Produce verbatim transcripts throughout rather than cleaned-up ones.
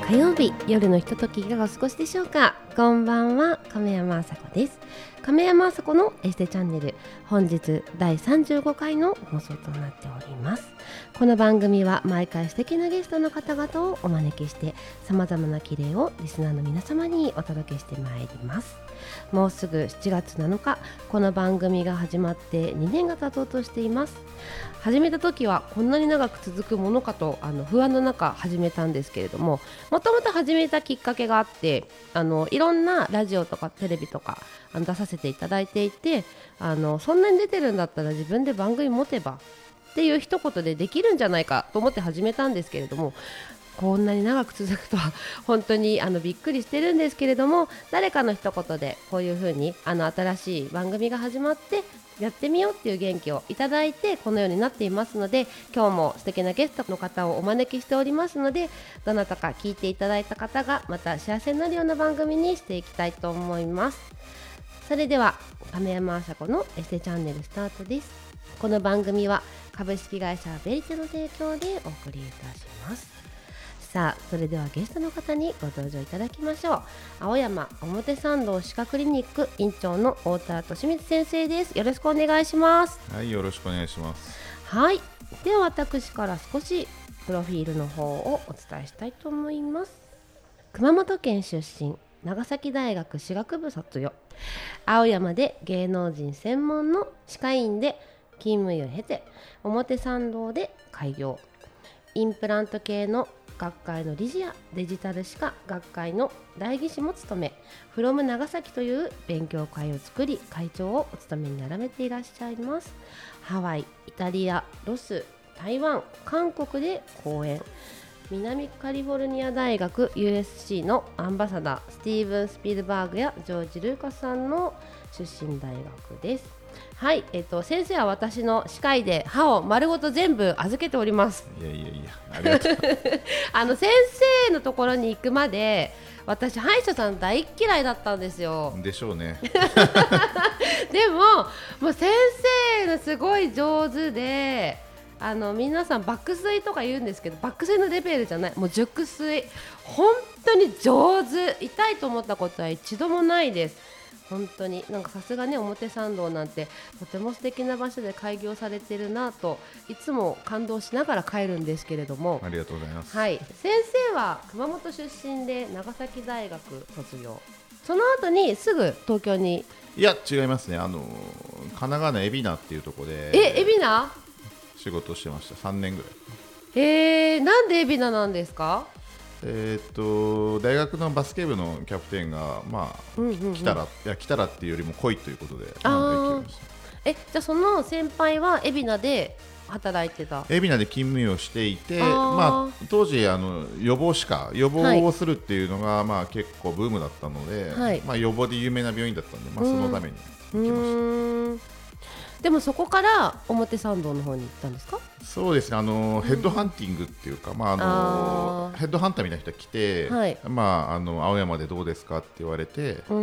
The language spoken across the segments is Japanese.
火曜日夜のひとときいかがお過ごしでしょうか。こんばんは、亀山あさこです。亀山あさこのエステチャンネル、本日だいさんじゅうごかいの放送となっております。この番組は毎回素敵なゲストの方々をお招きしてさまざまな綺麗をリスナーの皆様にお届けしてまいります。もうすぐしちがつなのか、この番組が始まってにねんが経とうとしています。始めた時はこんなに長く続くものかとあの不安の中始めたんですけれども、もともと始めたきっかけがあって、あのいろんなラジオとかテレビとかあの出させていただいていて、あのそんなに出てるんだったら自分で番組持てばっていう一言でできるんじゃないかと思って始めたんですけれども、こんなに長く続くとは本当にあのびっくりしてるんですけれども、誰かの一言でこういう風にあの新しい番組が始まってやってみようっていう元気をいただいてこのようになっていますので、今日も素敵なゲストの方をお招きしておりますので、どなたか聞いていただいた方がまた幸せになるような番組にしていきたいと思います。それでは亀山あさこのエステチャンネルスタートです。この番組は株式会社ベリテの提供でお送りいたします。さあ、それではゲストの方にご登場いただきましょう。青山表参道歯科クリニック院長の太田利光先生です。よろしくお願いします。 はい、よろしくお願いします。 はい、では私から少しプロフィールの方をお伝えしたいと思います。熊本県出身、長崎大学歯学部卒業、青山で芸能人専門の歯科医院で勤務医を経て表参道で開業、インプラント系の学会の理事やデジタル歯科学会の代議士も務め、フロム長崎という勉強会を作り会長をお務めになられていらっしゃいます。ハワイ、イタリア、ロス、台湾、韓国で講演、南カリフォルニア大学 ユーエスシー のアンバサダー、スティーブン・スピルバーグやジョージ・ルーカスさんの出身大学です。はい、えっと、先生は私の歯科医で歯を丸ごと全部預けております。 いやいやいや、ありがとうあの先生のところに行くまで私歯医者さん大嫌いだったんですよ。 でしょうねでも、もう先生のすごい上手で、あの皆さん爆睡とか言うんですけど、爆睡のレベルじゃない、もう熟睡、本当に上手、痛いと思ったことは一度もないです。本当になんかさすがね、表参道なんてとても素敵な場所で開業されてるなといつも感動しながら帰るんですけれども。 ありがとうございます。 はい、先生は熊本出身で長崎大学卒業、その後にすぐ東京に。 いや違いますね、あの神奈川の海老名っていうところでえ海老名仕事をしてました。さんねんぐらい。 えー、なんで海老名なんですか。 えー、っと大学のバスケ部のキャプテンが、まあうんうんうん、来たらいや来たらっていうよりも来いということで、 あえじゃあその先輩は海老名で働いてた。 海老名で勤務医をしていて、あ、まあ、当時あの予防歯科予防をするっていうのが、はい、まあ、結構ブームだったので、はい、まあ、予防で有名な病院だったので、まあ、そのために行きました。 うーん、でもそこから表参道の方に行ったんですか。 そうですね、あのヘッドハンティングっていうか、まあ、あのヘッドハンターみたいな人が来て、はい、まあ、あの青山でどうですかって言われて、うんうんうん、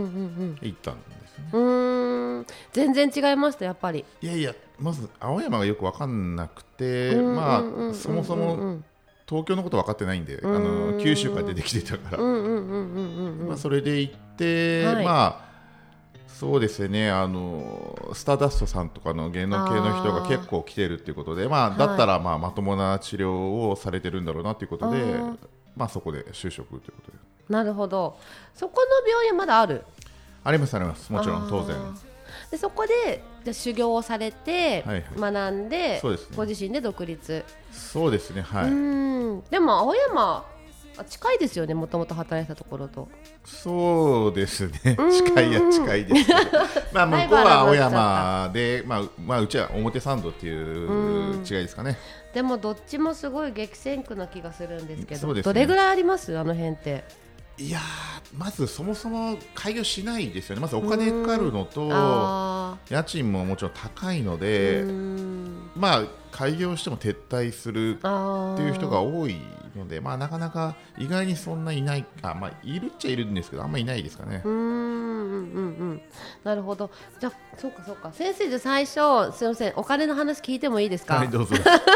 行ったんですね。 うーん、全然違いましたやっぱり。 いやいや、まず青山がよく分かんなくて、まあ、そもそも東京のこと分かってないんで、あの九州から出てきてたから、それで行って、はい、まあそうですね、あのスターダストさんとかの芸能系の人が結構来てるっていうことで、まあ、だったら、まあ、まともな治療をされてるんだろうなということで、あ、まあ、そこで就職ということで。 なるほど。そこの病院まだある。 ありますあります、もちろん当然。 でそこでじゃ修行をされて、はいはい、学んで、そうですね、ご自身で独立。 そうですね、はい。 うん、でも青山近いですよね、もともと働いたところと。 そうですね、近いや近いですけどまあ向こうは青山で、まあまあ、うちは表参道っていう違いですかね。 でもどっちもすごい激戦区な気がするんですけど、 そうですね、 どれぐらいありますあの辺って。 いやまずそもそも開業しないですよね。まずお金かかるのと、家賃ももちろん高いので、まあ開業しても撤退するっていう人が多いので、まあなかなか意外にそんないない、あ、まあいるっちゃいるんですけど、あんまりいないですかね。 うーん、うんうんうん、なるほど。じゃあそうかそうか、先生、じゃ最初すみません、お金の話聞いてもいいですか。 はい、どうぞ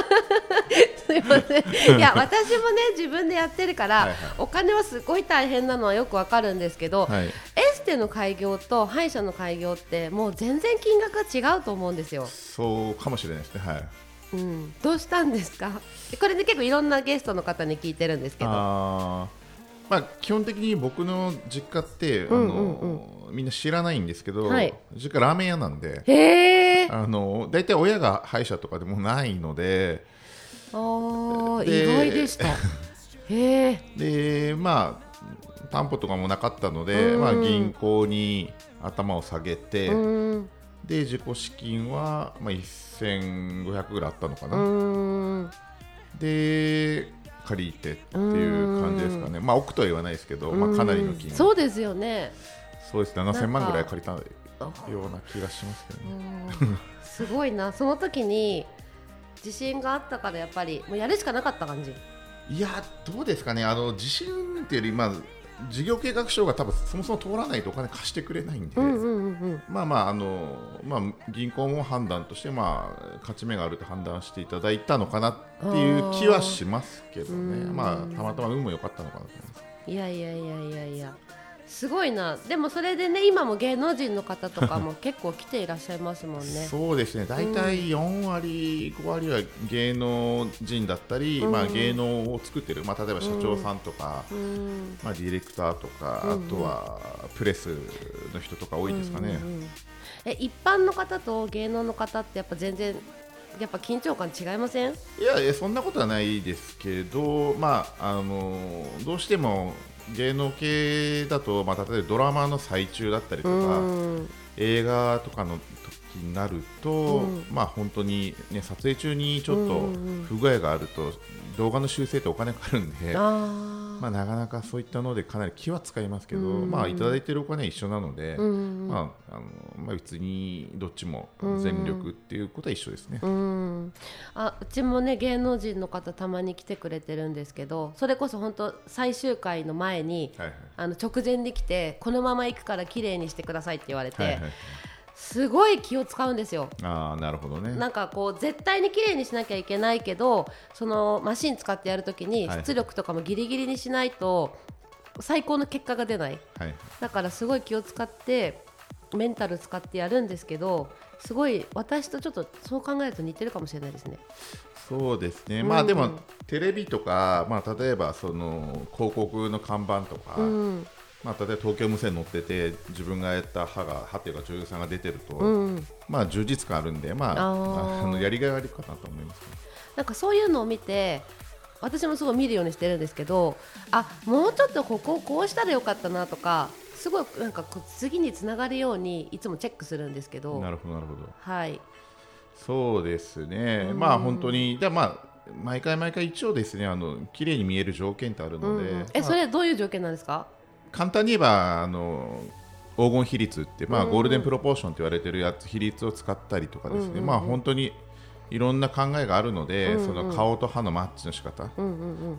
すいません。いや私もね自分でやってるから、はいはい、お金はすごい大変なのはよくわかるんですけど、はい、エステの開業と歯医者の開業ってもう全然金額が違うと思うんですよ。 そうかもしれないですね。はい。 うん、どうしたんですか。これで結構いろんなゲストの方に聞いてるんですけど、 あ、まあ、基本的に僕の実家って、うんうんうん、あのみんな知らないんですけど、はい、実家ラーメン屋なんで、 へー、 あのだいたい親が歯医者とかでもないので、 あー、意外でした。へーで、まあ担保とかもなかったので、まあ、銀行に頭を下げて、うんで自己資金は、まあ、せんごひゃくぐらいあったのかな。うんで借りてっていう感じですかね。まあ億とは言わないですけど、まあ、かなりの金額。 そうですよね。 そうです。ななせんまんぐらい借りたような気がしますけどね。 すごいな。その時に自信があったからやっぱりもうやるしかなかった感じ。 いやどうですかね。あの自信っていうより、まあ事業計画書が多分そもそも通らないとお金貸してくれないんで、うんうんうん、まあまああのまあ銀行も判断としてまあ勝ち目があると判断していただいたのかなっていう気はしますけどね。まあたまたま運も良かったのかなと思います。 いやいやいやいやいや、すごいな。でもそれでね今も芸能人の方とかも結構来ていらっしゃいますもんね。 そうですね。だいたいよんわり、ごわりは芸能人だったり、うんまあ、芸能を作ってる、まあ、例えば社長さんとか、うんまあ、ディレクターとか、うん、あとはプレスの人とか多いですかね。うんうん、 え一般の方と芸能の方ってやっぱ全然やっぱ緊張感違いません？ いやいやそんなことはないですけど、まあ、あのどうしても芸能系だと、まあ、例えばドラマの最中だったりとか、うん、映画とかの時になると、うんまあ、本当に、ね、撮影中にちょっと不具合があると、うんうん、動画の修正ってお金かかるんで、あまあ、なかなかそういったのでかなり気は使いますけど、うんまあ、いただいているお金は一緒なので、うんまああのまあ、別にどっちも全力っていうことは一緒ですね。 うんうんあうちもね芸能人の方たまに来てくれてるんですけど、それこそ本当最終回の前に、はいはい、あの直前に来てこのまま行くから綺麗にしてくださいって言われて、はいはい、すごい気を使うんですよ。 あーなるほどね。 なんかこう絶対に綺麗にしなきゃいけないけど、そのマシン使ってやるときに出力とかもギリギリにしないと最高の結果が出ない、はい、だからすごい気を使ってメンタル使ってやるんですけど、すごい私とちょっとそう考えると似てるかもしれないですね。 そうですね、うん、まあでもテレビとか、まあ、例えばその広告の看板とか、うんまあ、例えば東京無線乗ってて自分がやった歯が歯っていうか女優さんが出てると、うんまあ、充実感あるんで、まあ、ああのやりがいがあるかなと思います、ね、 なんかそういうのを見て私もすごい見るようにしてるんですけど、あもうちょっとここをこうしたらよかったなとか、すごいなんかこう次につながるようにいつもチェックするんですけど。 なるほどなるほど、 はい、 そうですね、まあ本当にで、まあ、毎回毎回一応ですね、あの綺麗に見える条件ってあるので、うんえそれはどういう条件なんですか？ 簡単に言えばあの黄金比率って、まあ、ゴールデンプロポーションと言われているやつ比率を使ったりとかですね、うんうんうんまあ、本当にいろんな考えがあるので、うんうん、その顔と歯のマッチの仕方、うんうんうん、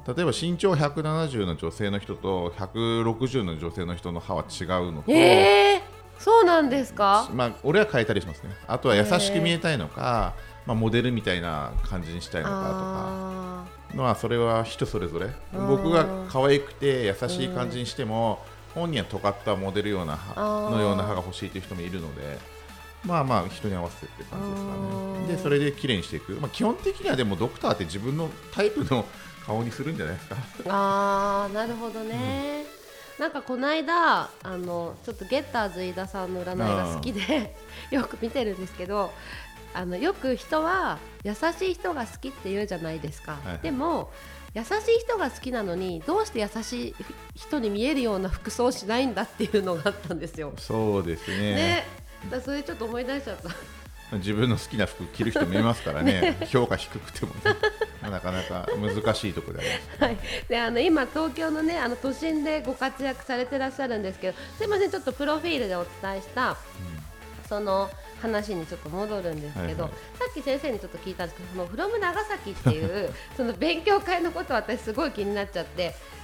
例えば身長ひゃくななじゅうの女性の人とひゃくろくじゅうの女性の人の歯は違うのと、 えー、そうなんですか？ まあ、俺は変えたりしますね。あとは優しく見えたいのか、まあ、モデルみたいな感じにしたいのかとか、まあ、それは人それぞれ。僕が可愛くて優しい感じにしても、うん、本人は尖ったモデルような歯のような歯が欲しいという人もいるので、まあまあ人に合わせてって感じですかね。でそれで綺麗にしていく、まあ、基本的にはでもドクターって自分のタイプの顔にするんじゃないですか。 あーなるほどね、うん、なんかこの間あのちょっとゲッターズ飯田さんの占いが好きでよく見てるんですけど、あのよく人は優しい人が好きって言うじゃないですか、はい、でも優しい人が好きなのにどうして優しい人に見えるような服装をしないんだっていうのがあったんですよ。 そうですね。 ねだそれちょっと思い出しちゃった。 自分の好きな服着る人もいますからね, ね評価低くても、ね、なかなか難しいところであります、ねはい、 であの今東京のねあの都心でご活躍されてらっしゃるんですけど、すいませんちょっとプロフィールでお伝えした、うん、その話にちょっと戻るんですけど、はいはい、さっき先生にちょっと聞いたんですけど、そのフロム長崎っていうその勉強会のこと私すごい気になっちゃって、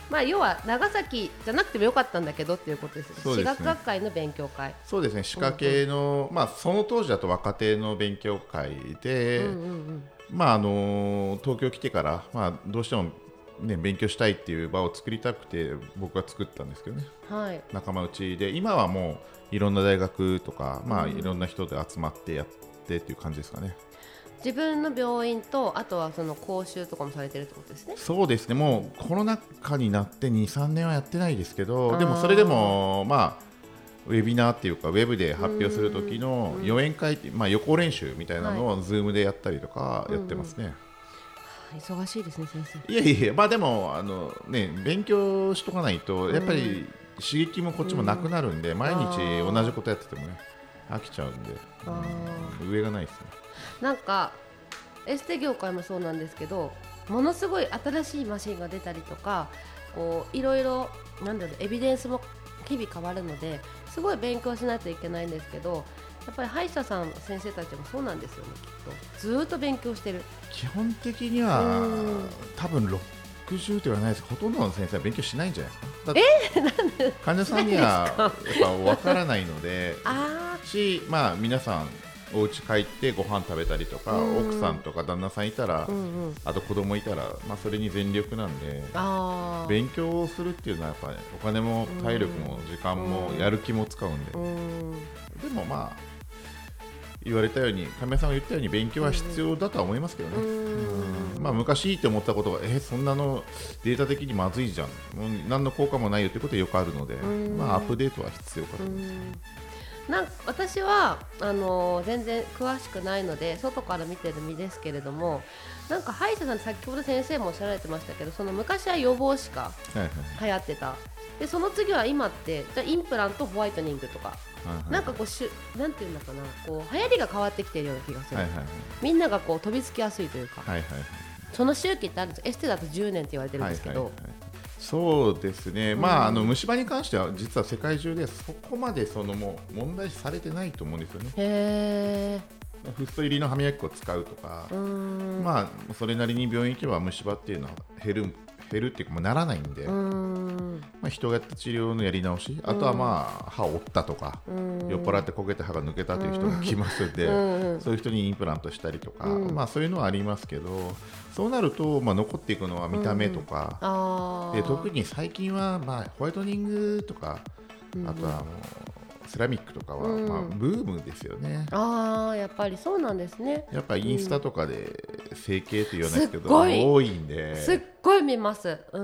まあ要は長崎じゃなくてもよかったんだけどっていうことですよね。 そうですね、 歯学学会の勉強会。 そうですね、歯科系の、うんうん、まあ、その当時だと若手の勉強会で、うんうんうん、まああの東京来てから、まあ、どうしても、ね、勉強したいっていう場を作りたくて僕は作ったんですけどね、はい、仲間内で。今はもういろんな大学とか、まあ、いろんな人で集まってやってっていう感じですかね。 自分の病院とあとはその講習とかもされてるってことですね。 そうですね、もうコロナ禍になって にさんねんはやってないですけど、でもそれでもまあウェビナーっていうかウェブで発表する時の予演会って、まあ、予行練習みたいなのを Zoom でやったりとかやってますね。 うんうん、忙しいですね先生。 いやいや、まあでもあの、ね、勉強しとかないとやっぱり刺激もこっちもなくなるんで、毎日同じことやっててもね飽きちゃうんで、うん、上がないですね。 なんかエステ業界もそうなんですけど、ものすごい新しいマシンが出たりとか、こういろいろなんだろう、エビデンスも日々変わるので、すごい勉強しないといけないんですけど、やっぱり歯医者さん先生たちもそうなんですよね。きっとずーっと勉強してる。 基本的には多分ろくじゅうではないです。ほとんどの先生は勉強しないんじゃないですか。だってえなんで患者さんにはやっぱ分からないのであし、まあ、皆さんお家帰ってご飯食べたりとか、奥さんとか旦那さんいたら、うんうん、あと子供いたら、まあ、それに全力なんで、勉強をするっていうのはやっぱりお金も体力も時間もやる気も使うんで、うん、でもまあ言われたように、亀井さんが言ったように勉強は必要だとは思いますけどね。うん、まあ、昔いいと思ったことが、えそんなのデータ的にまずいじゃん、もう何の効果もないよということはよくあるので、まあ、アップデートは必要かと思います。 なんか私はあのー、全然詳しくないので外から見てる身ですけれども、なんか歯医者さん、先ほど先生もおっしゃられてましたけど、その昔は予防歯科流行ってた、でその次は今ってじゃインプラント、ホワイトニングとか、はいはい、なんかこうしゅなんていうんだかな、こう流行りが変わってきているような気がする、はいはいはい、みんながこう飛びつきやすいというか、はいはいはい、その周期ってあるんです。エステだとじゅうねんって言われてるんですけど、はいはいはい、 そうですね、うん、まあ、あの虫歯に関しては実は世界中でそこまでそのもう問題視されてないと思うんですよね。へー、フッ素入りの歯磨き粉を使うとか、まあ、それなりに病院行けば虫歯っていうのは減る減るっていうかもうならないんで、うんまあ、人がやった治療のやり直し、あとはまあ歯を折ったとか、酔っ払って焦げて歯が抜けたという人も来ますので、そういう人にインプラントしたりとか、まあ、そういうのはありますけど、そうなると、まあ、残っていくのは見た目とか、で特に最近は、まあ、ホワイトニングとか、あとはもうセラミックとかは、うんまあ、ブームですよね。 ああ、やっぱりそうなんですね。 やっぱインスタとかで整形というようなですけど、多いんで、 すっごい見ます。うん、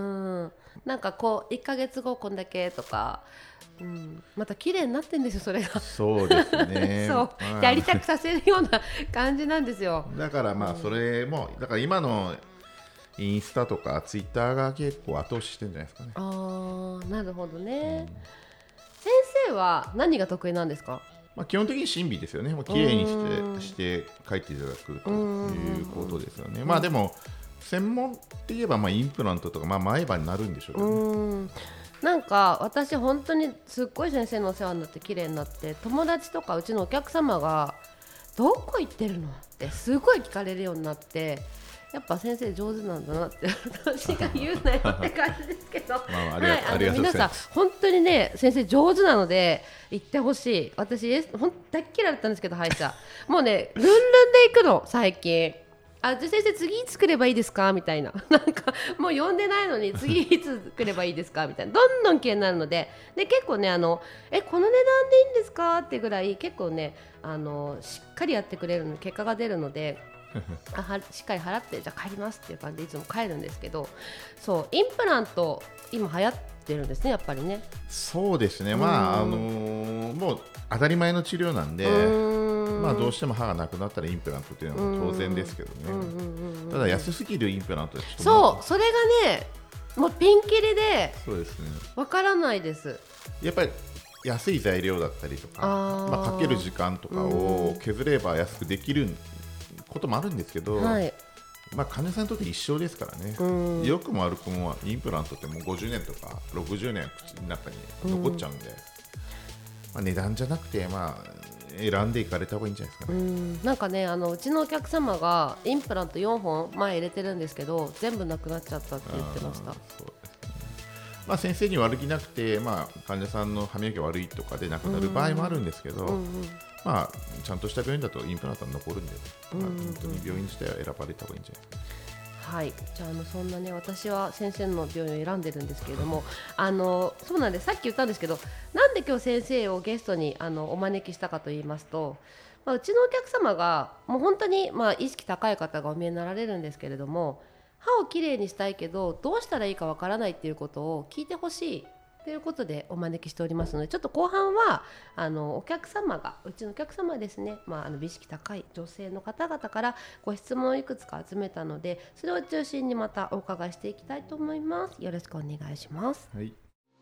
なんかこういっかげつごこんだけとか、うん、また綺麗になってんですよ、それが。 そうですねそう、まあ、やりたくさせるような感じなんですよ。 だからまあそれも、だから今のインスタとかツイッターが結構後押ししてるんじゃないですかね。 ああ、なるほどね、うん。先生は何が得意なんですか？ まあ、基本的に審美ですよね。もう綺麗にしてして書いていただくということですよね。まあでも専門って言えばまあインプラントとかまあ前歯になるんでしょうけどね。うんなんか私本当にすっごい先生のお世話になって綺麗になって、友達とかうちのお客様がどこ行ってるのってすごい聞かれるようになって、やっぱ先生上手なんだなって私が言うなよって感じですけど、まあ、ありが、はい、あの皆さん本当にね先生上手なので行ってほしい。私ほん大っ嫌いだったんですけど歯医者もうねルンルンで行くの最近。あ、じゃあ先生次いつ来ればいいですかみたいな、なんかもう呼んでないのに次いつ来ればいいですかみたいな、どんどん綺麗になるので、で結構ねあのえこの値段でいいんですかってぐらい結構ねあのしっかりやってくれるの、結果が出るのであはしっかり払ってじゃあ帰りますっていう感じでいつも帰るんですけど、そうインプラント今流行ってるんですね、やっぱりね。 そうですね、まああのー、もう当たり前の治療なんで、まあ、どうしても歯がなくなったらインプラントっていうのは当然ですけどね。ただ安すぎるインプラントでそうそれがねもうピンキリでそうですね、 わからないです。 やっぱり安い材料だったりとか、あ、まあ、かける時間とかを削れば安くできることもあるんですけど、はい、まあ、患者さんにとって一生ですからね。良くも悪くもインプラントってもうごじゅうねんとかろくじゅうねん口の中に残っちゃうんで、うんまあ、値段じゃなくて、まあ、選んでいかれた方がいいんじゃないですかね。 うんなんかねあのうちのお客様がインプラントよんほん前入れてるんですけど全部なくなっちゃったって言ってました。そうですね、 まあ、先生に悪気なくて、まあ、患者さんの歯磨き悪いとかでなくなる場合もあるんですけど、うんうん、まあ、ちゃんとした病院だとインプラントは残るんで、うんうんうん、まあ、本当に病院自体は選ばれた方がいいんじゃないですか。 はい、じゃあ、あのそんなね、私は先生の病院を選んでるんですけれども、あのそうなんです、さっき言ったんですけど、なんで今日先生をゲストにあのお招きしたかと言いますと、まあ、うちのお客様がもう本当に、まあ、意識高い方がお見えになられるんですけれども、歯をきれいにしたいけどどうしたらいいかわからないっていうことを聞いてほしいということでお招きしておりますので、ちょっと後半はあのお客様がうちのお客様ですね、まあ、あの美意識高い女性の方々からご質問をいくつか集めたので、それを中心にまたお伺いしていきたいと思います。よろしくお願いします。 はい、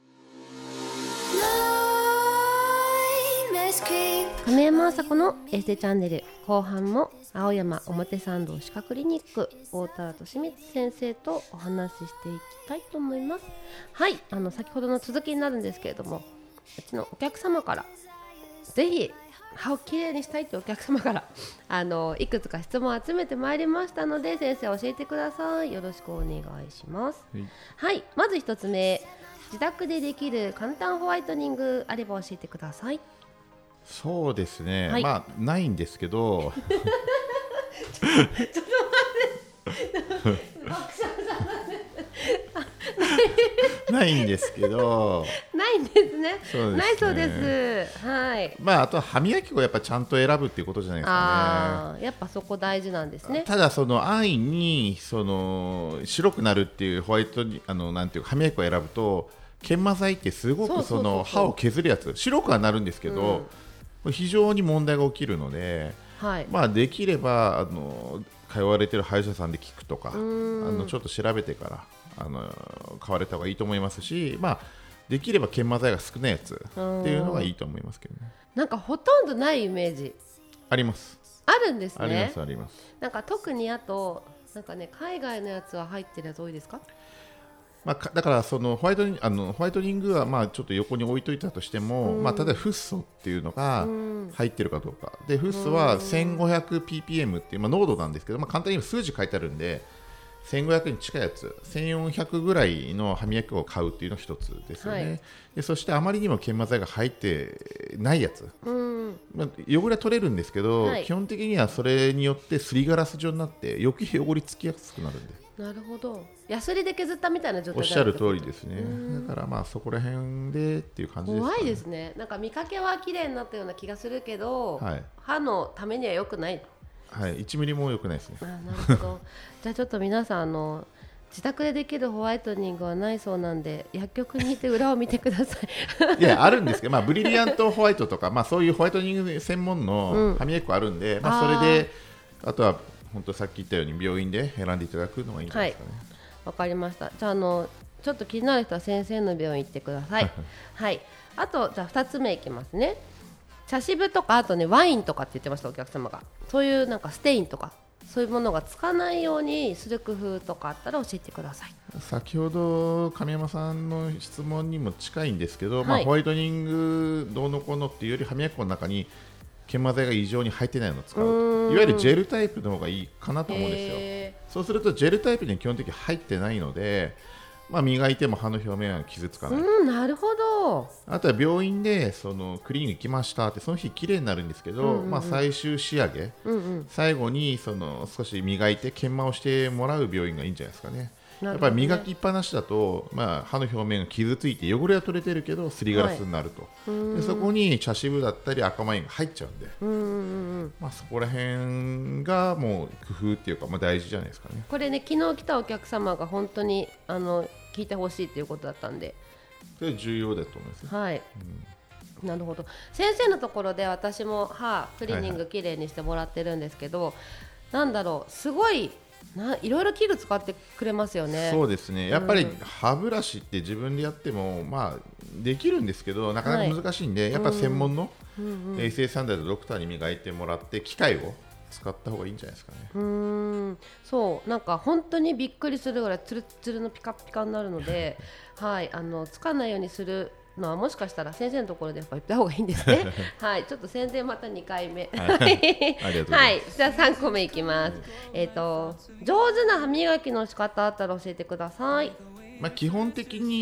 亀山あさこのエステチャンネル、後半も青山表参道歯科クリニック大田原俊光先生とお話ししていきたいと思います。はい、あの先ほどの続きになるんですけれども、うちのお客様からぜひ歯をきれいにしたいというお客様からあのいくつか質問を集めてまいりましたので、先生教えてください。よろしくお願いします。はい、はい、まず一つ目、自宅でできる簡単ホワイトニングあれば教えてください。 そうですね、 はい、 まあないんですけどちょっと待ってないんですけどないんですね。 そうですね、 ないそうです。はい。 まあ、あとは歯磨き粉をやっぱちゃんと選ぶっていうことじゃないですかね。 あ、やっぱそこ大事なんですね。 ただその安易にその白くなるっていうホワイトにあのなんていうか歯磨き粉を選ぶと、研磨剤ってすごくその歯を削るやつ、白くはなるんですけど、うん、非常に問題が起きるので、はい、まあ、できればあの通われている歯医者さんで聞くとか、あのちょっと調べてからあの買われた方がいいと思いますし、まあ、できれば研磨剤が少ないやつっていうのがいいと思いますけどね。 なんかほとんどないイメージあります。 あるんですね。 ありますあります。 なんか特にあとなんか、ね、海外のやつは入ってるやつ多いですか？ まあ、だからそのホワイトニング、あのホワイトニングはまあちょっと横に置いといたとしても、うん、まあ、例えばフッ素っていうのが入ってるかどうかで、フッ素は せんごひゃくピーピーエム っていう、まあ、濃度なんですけど、まあ、簡単に言えば数字書いてあるんでせんごひゃくに近いやつ、せんよんひゃくぐらいの歯磨き粉を買うっていうのが一つですよね。はい、でそしてあまりにも研磨剤が入ってないやつ、うん、まあ、汚れは取れるんですけど、はい、基本的にはそれによってすりガラス状になって余計汚れつきやすくなるんで。 なるほど。ヤスリで削ったみたいな状態おっしゃる通りですね。だからまあそこら辺でっていう感じですかね。 怖いですね。なんか見かけは綺麗になったような気がするけど、はい、歯のためには良くない。 はい、いちミリも良くないですね。 あ、なるほど。じゃあちょっと皆さん、あの自宅でできるホワイトニングはないそうなんで、薬局に行って裏を見てください。 いや、あるんですけど、まあ、ブリリアントホワイトとか、まあ、そういうホワイトニング専門の歯磨き粉あるんで、うん、まあ、それで あ, あとは本当さっき言ったように病院で選んでいただくのがいいんじゃないですかね。はい、 わかりました。じゃあ、あのちょっと気になる人は先生の病院行ってください。はい。あとじゃあふたつめいきますね。茶渋とか、あとねワインとかって言ってました、お客様が。そういうなんかステインとかそういうものがつかないようにする工夫とかあったら教えてください。 先ほど亀山さんの質問にも近いんですけど、はい、まあ、ホワイトニングどうのこうのっていうより歯磨き粉の中に研磨剤が異常に入ってないのを使う、いわゆるジェルタイプの方がいいかなと思うんですよ。そうするとジェルタイプには基本的に入ってないので、まあ、磨いても歯の表面は傷つかない。 うん、なるほど。 あとは病院でそのクリーニング行きましたってその日綺麗になるんですけど、うんうんうん、まあ、最終仕上げ、うんうん、最後にその少し磨いて研磨をしてもらう病院がいいんじゃないですかね。やっぱり磨きっぱなしだと、まあ、歯の表面が傷ついて汚れは取れてるけどすりガラスになると、はい、でそこに茶渋だったり赤ワインが入っちゃうんで、うんうんうん、まあ、そこら辺がもう工夫っていうか、まあ、大事じゃないですかね。 これね、昨日来たお客様が本当にあの聞いてほしいということだったんで、 それ重要だと思います、ね。はい、 うん、なるほど。先生のところで私も歯クリーニングきれいにしてもらってるんですけど、はいはい、なんだろう、すごいないろいろ器具使ってくれますよね。 そうですね。やっぱり歯ブラシって自分でやっても、まあ、できるんですけどなかなか難しいんで、はい、やっぱ専門の衛生サンダーでドクターに磨いてもらって機械を使った方がいいんじゃないですかね。 うーん、そう、なんか本当にびっくりするぐらいツルツルのピカピカになるのではい、あのつかないようにするのはもしかしたら先生のところでやっぱ言った方がいいんですね。はい、ちょっと宣伝またにかいめ。はい、ありがとうございます。はい、じゃあさんこめいきます。えっと上手な歯磨きの仕方あったら教えてください。 まあ、基本的に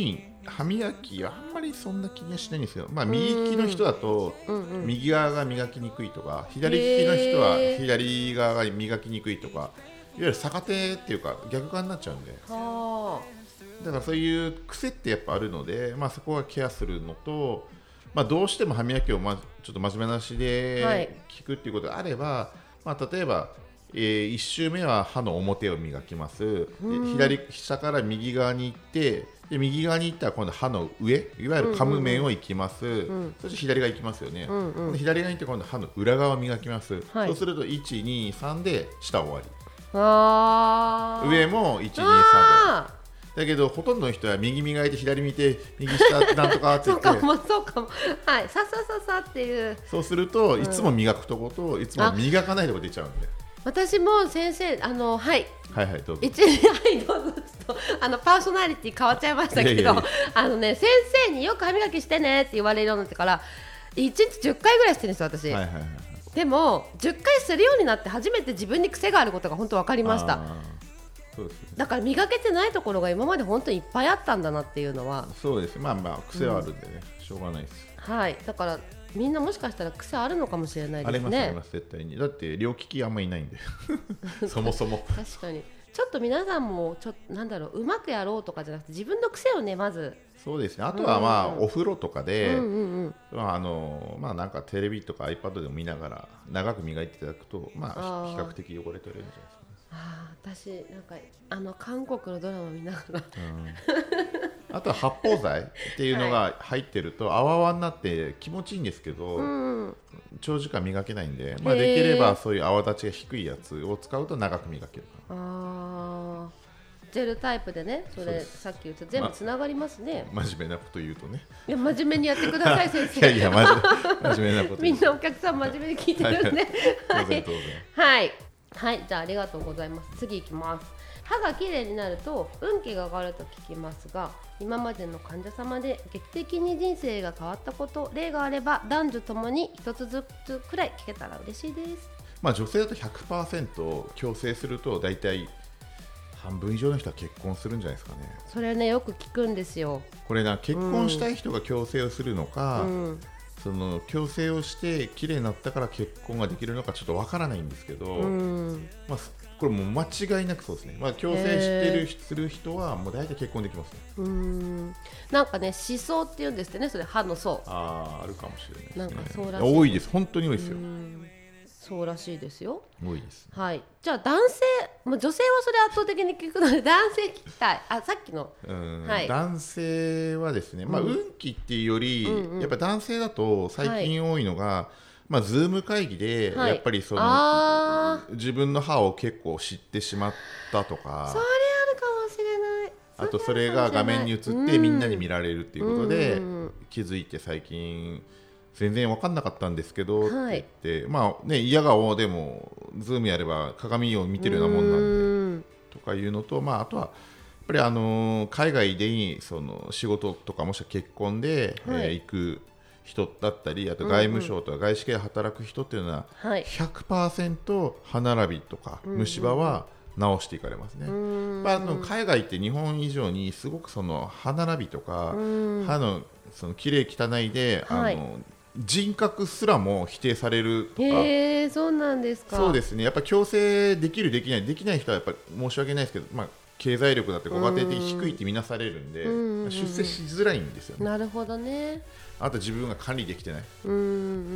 歯磨きはあんまりそんな気にはしないんですけど、まあ、右利きの人だと右側が磨きにくいとか、左利きの人は左側が磨きにくいとか、いわゆる逆手っていうか逆側になっちゃうんで、だからそういう癖ってやっぱあるので、まあ、そこはケアするのと、まあ、どうしても歯磨きを、ま、ちょっと真面目なしで聞くっていうことがあれば、まあ、例えば、えー、いち周目は歯の表を磨きます。で左下から右側に行ってで右側に行ったら今度歯の上、いわゆる噛む面を行きます、うんうんうん、そして左側行きますよね、うんうん、で左側に行って今度歯の裏側を磨きます、はい、そうするといち、に、さんで下終わり、 あ上もいち、に、さんだけどほとんどの人は右磨いて左見て右下なんとかって言ってそうかもそうかも、はい、ささささっていう、 そうすると、うん、いつも磨くところといつも磨かないところ出ちゃうんで、 私も先生あのはいはいはいどうぞ一はいどうぞちょっとあのパーソナリティ変わっちゃいましたけど、いやいやいやあのね先生によく歯磨きしてねって言われるようになってからいちにちじゅっかいぐらいしてるんですよ私、はいはいはい、でもじゅっかいするようになって初めて自分に癖があることが本当分かりました。そうですね、だから磨けてないところが今まで本当にいっぱいあったんだなっていうのは、 そうです、まあまあ癖はあるんでね、うん、しょうがないです。 はい、だからみんなもしかしたら癖あるのかもしれないですね。 ありますあります絶対に。だって両利きあんまりいないんでそもそも確かにちょっと皆さんもちょっとなんだろううまくやろうとかじゃなくて自分の癖をねまず。 そうですね。あとはまあ、うんうん、お風呂とかで、うんうんうんまああのまあ、なんかテレビとか iPad でも見ながら長く磨いていただくと、まあ、比較的汚れ取れるんじゃないですかね。 あ私なんかあの韓国のドラマ見ながら、 うん、あとは発泡剤っていうのが入ってると、はい、泡泡になって気持ちいいんですけど、うん、長時間磨けないんで、まあ、できればそういう泡立ちが低いやつを使うと長く磨けるかな。 あジェルタイプでね、それさっき言った全部つながりますね、 ま、真面目なこと言うとね、 いや真面目にやってください先生いやいや真面目なことみんなお客さん真面目に聞いてるんで当然当然はいはい、じゃあありがとうございます。次いきます。歯がきれいになると運気が上がると聞きますが、今までの患者様で劇的に人生が変わったこと例があれば男女ともに一つずつくらい聞けたら嬉しいです。 まあ、女性だと ひゃくパーセント 矯正するとだいたい半分以上の人は結婚するんじゃないですかね。 それねよく聞くんですよ。これな結婚したい人が矯正をするのか、うん、その矯正をして綺麗になったから結婚ができるのかちょっとわからないんですけど、うんまあ、これもう間違いなくそうですね、まあ、矯正してるする人はもう大体結婚できますね。 うーんなんかね歯槽っていうんですってね、それ歯の層ああるかもしれないですね。 なんかそうらしい多いです、本当に多いですよ。 そうらしいですよ。 多いです、ね、 はい。じゃあ男性、まあ、女性はそれ圧倒的に聞くので男性聞きたい。あ、さっきの、 うんはい、男性はですね、まあ、運気っていうより、うんうん、やっぱ男性だと最近多いのが、はいまあ、ズーム会議でやっぱりその、はい、自分の歯を結構知ってしまったとか、 それあるかもしれない。 あとそれが画面に映ってみんなに見られるっていうことで、うん、気づいて最近全然分かんなかったんですけど、はい、って言って、まあね、嫌顔でもズームやれば鏡を見てるようなもんなんでとかいうのと、まあ、あとはやっぱりあのー、海外でその仕事とかもしくは結婚で、はいえー、行く人だったり、あと外務省とか外資系で働く人っていうのは ひゃくパーセント 歯並びとか虫歯は直していかれますね。まあ、あの海外って日本以上にすごくその歯並びとか歯のその綺麗汚いで、はい、あの人格すらも否定されるとか。 へー、そうなんですか。 そうですね。やっぱ矯正できるできないできない人はやっぱり申し訳ないですけど、まあ、経済力だってご家庭的低いって見なされるんで、うんうん、出世しづらいんですよね。 なるほどね。 あと自分が管理できてない。うんうんうん、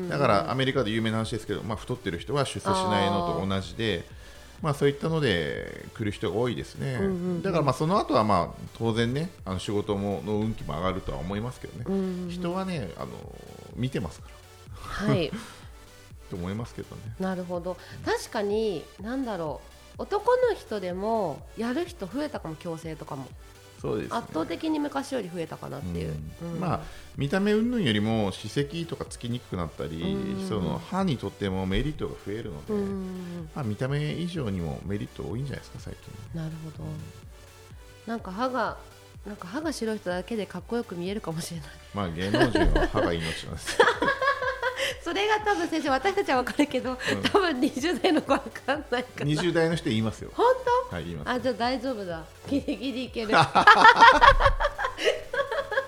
だからアメリカで有名な話ですけど、まあ、太ってる人は出世しないのと同じで、まあ、そういったので来る人が多いですね。うんうんうん、だからまあその後はまあ当然ね、あの仕事もの運気も上がるとは思いますけどね。うんうんうん、人はね、あの見てますから。はい。と思いますけどね。 なるほど。確かに何だろう、男の人でもやる人増えたかも、矯正とかも。 そうですね、 圧倒的に昔より増えたかなっていう、 うんうん、まあ、見た目云々よりも歯石とかつきにくくなったり、うん、その歯にとってもメリットが増えるので、うん、まあ、見た目以上にもメリット多いんじゃないですか最近。 なるほど。なんか歯がなんか歯が白い人だけでかっこよく見えるかもしれない。 まあ芸能人は歯が命なんですそれが多分先生、私たちは分かるけど、うん、多分にじゅう代の子は分かんないかな。 にじゅう代の人言いますよ。 本当？ はい、言います。 あ、じゃあ大丈夫だ。ギリギリいける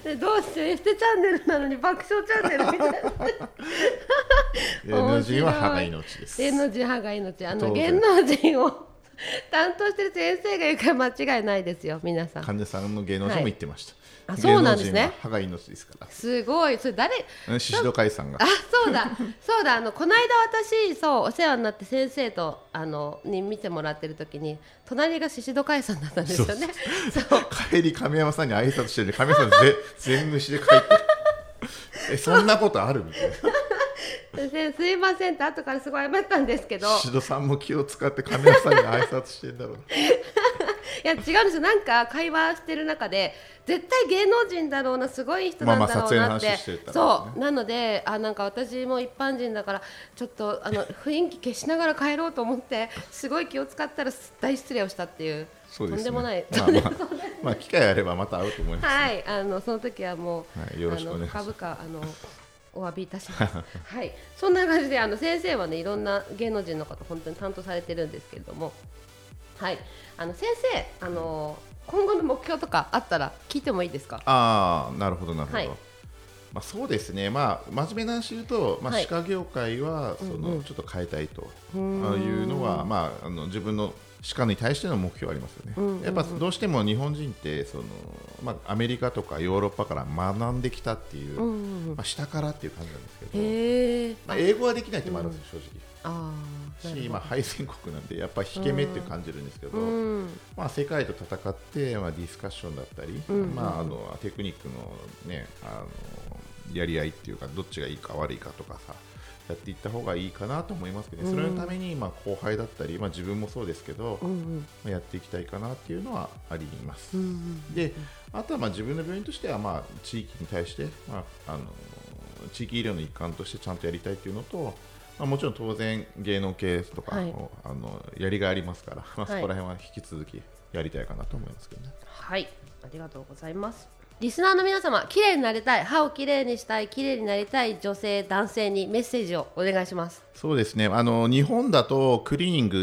でどうしてエステチャンネルなのに爆笑チャンネルみたいな芸能人は歯が命です。 芸能人歯が命、あの芸能人を担当してる先生が言うから間違いないですよ皆さん。 患者さんの芸能人も言ってました、 はい、あそうなんですね。 歯が命ですから。 すごい。それ誰？ 宍戸海さんが。 あ、そうだそうだ、あのこの間私そうお世話になって先生とあのに見てもらってる時に隣が宍戸海さんだったんですよね。 そう帰り亀山さんに挨拶してる亀山さんぜ全無視で帰ってえそんなことあるみたいな先生すいませんって後からすごい謝ったんですけど、 宍戸さんも気を使って亀山さんに挨拶してんだろういや違うんですよ。なんか会話してる中で絶対芸能人だろうな、すごい人なんだろうなって、まあまあ撮影の話してたんですね。そうなので、あなんか私も一般人だからちょっとあの雰囲気消しながら帰ろうと思ってすごい気を使ったら大失礼をしたっていう。 そうですね、 とんでもない、 まあまあまあ、機会あればまた会うと思います、ね、 はい、あのその時はもう、 はい、よろしくお願いします。 深々あのお詫びいたしますはい、そんな感じであの先生はねいろんな芸能人の方本当に担当されてるんですけれども、はい、あの先生あの今後の目標とかあったら聞いてもいいですか？ ああ、なるほどなるほど、はい、まあ、そうですね、まあ、真面目な話言うと、まあ、歯科業界はその、うんうん、ちょっと変えたいというのは、まあ、あの自分の歯科に対しての目標ありますよね、うんうんうん、やっぱどうしても日本人ってその、まあ、アメリカとかヨーロッパから学んできたっていう、うんうん、まあ、下からっていう感じなんですけど、へ、まあ、英語はできないってもあるんですよ、正直。あし、今敗戦国なんでやっぱり引け目って感じるんですけど、うん、まあ、世界と戦って、まあ、ディスカッションだったり、うんうん、まあ、あのテクニックの、ね、あのやり合いっていうかどっちがいいか悪いかとかさやっていった方がいいかなと思いますけど、ね、うん、それのために、まあ、後輩だったり、まあ、自分もそうですけど、うんうん、まあ、やっていきたいかなっていうのはあります、うんうん、であとはまあ自分の病院としては、まあ、地域に対して、まあ、あの地域医療の一環としてちゃんとやりたいというのと、まあ、もちろん当然芸能系とか、はい、あのやりがいありますから、まあ、そこら辺は引き続きやりたいかなと思いますけどね。 はい、ありがとうございます。リスナーの皆様、綺麗になりたい、歯を綺麗にしたい、綺麗になりたい女性男性にメッセージをお願いします。 そうですね、あの日本だとクリーニングって、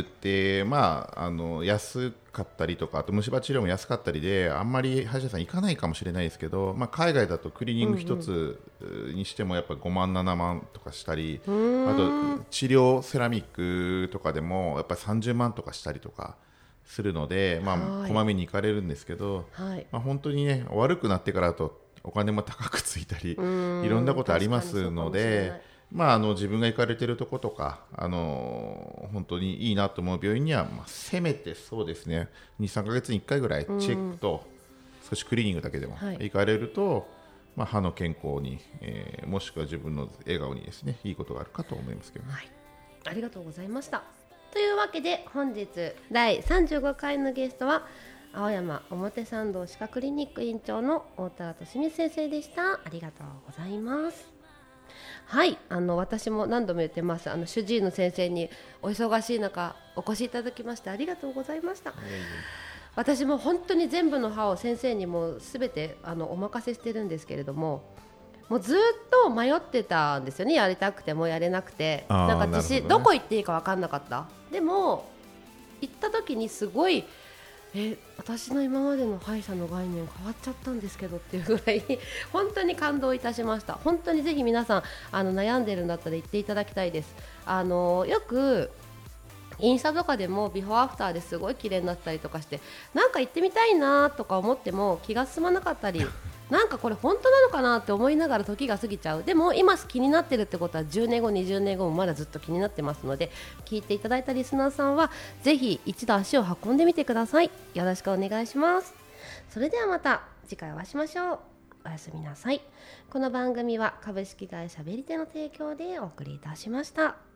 まあ、あの安かったりとか、あと虫歯治療も安かったりであんまり歯医者さん行かないかもしれないですけど、まあ、海外だとクリーニング一つにしてもやっぱごまんななまんとかしたり、あと治療セラミックとかでもやっぱりさんじゅうまんとかしたりとかするので、まあ、こまめに行かれるんですけど、はい、まあ、本当にね悪くなってからだとお金も高くついたりいろんなことありますので、まあ、あの自分が行かれているところとか、あの本当にいいなと思う病院には、まあ、せめてそうですね にさんかげつにいっかいぐらいチェックと少しクリーニングだけでも行かれると、はい、まあ、歯の健康に、えー、もしくは自分の笑顔にですねいいことがあるかと思いますけどね、はい、 ありがとうございました。というわけで本日だいさんじゅうごかいのゲストは青山表参道歯科クリニック院長の大田利光先生でした。ありがとうございます。はい、あの私も何度も言ってます、あの主治医の先生にお忙しい中お越しいただきましてありがとうございました。私も本当に全部の歯を先生にも全てあのお任せしてるんですけれども、もうずっと迷ってたんですよね。やりたくてもやれなくて、なんか自信、ね、どこ行っていいか分かんなかった。でも行った時にすごいえ私の今までの歯医者の概念変わっちゃったんですけどっていうぐらい本当に感動いたしました。本当にぜひ皆さんあの悩んでるんだったら行っていただきたいです。あのよくインスタとかでもビフォーアフターですごい綺麗になったりとかして、なんか行ってみたいなとか思っても気が進まなかったりなんかこれ本当なのかなって思いながら時が過ぎちゃう。でも今気になってるってことはじゅうねんごにじゅうねんごもまだずっと気になってますので、聞いていただいたリスナーさんはぜひ一度足を運んでみてください。よろしくお願いします。それではまた次回お会いしましょう。おやすみなさい。この番組は株式会社ベリテの提供でお送りいたしました。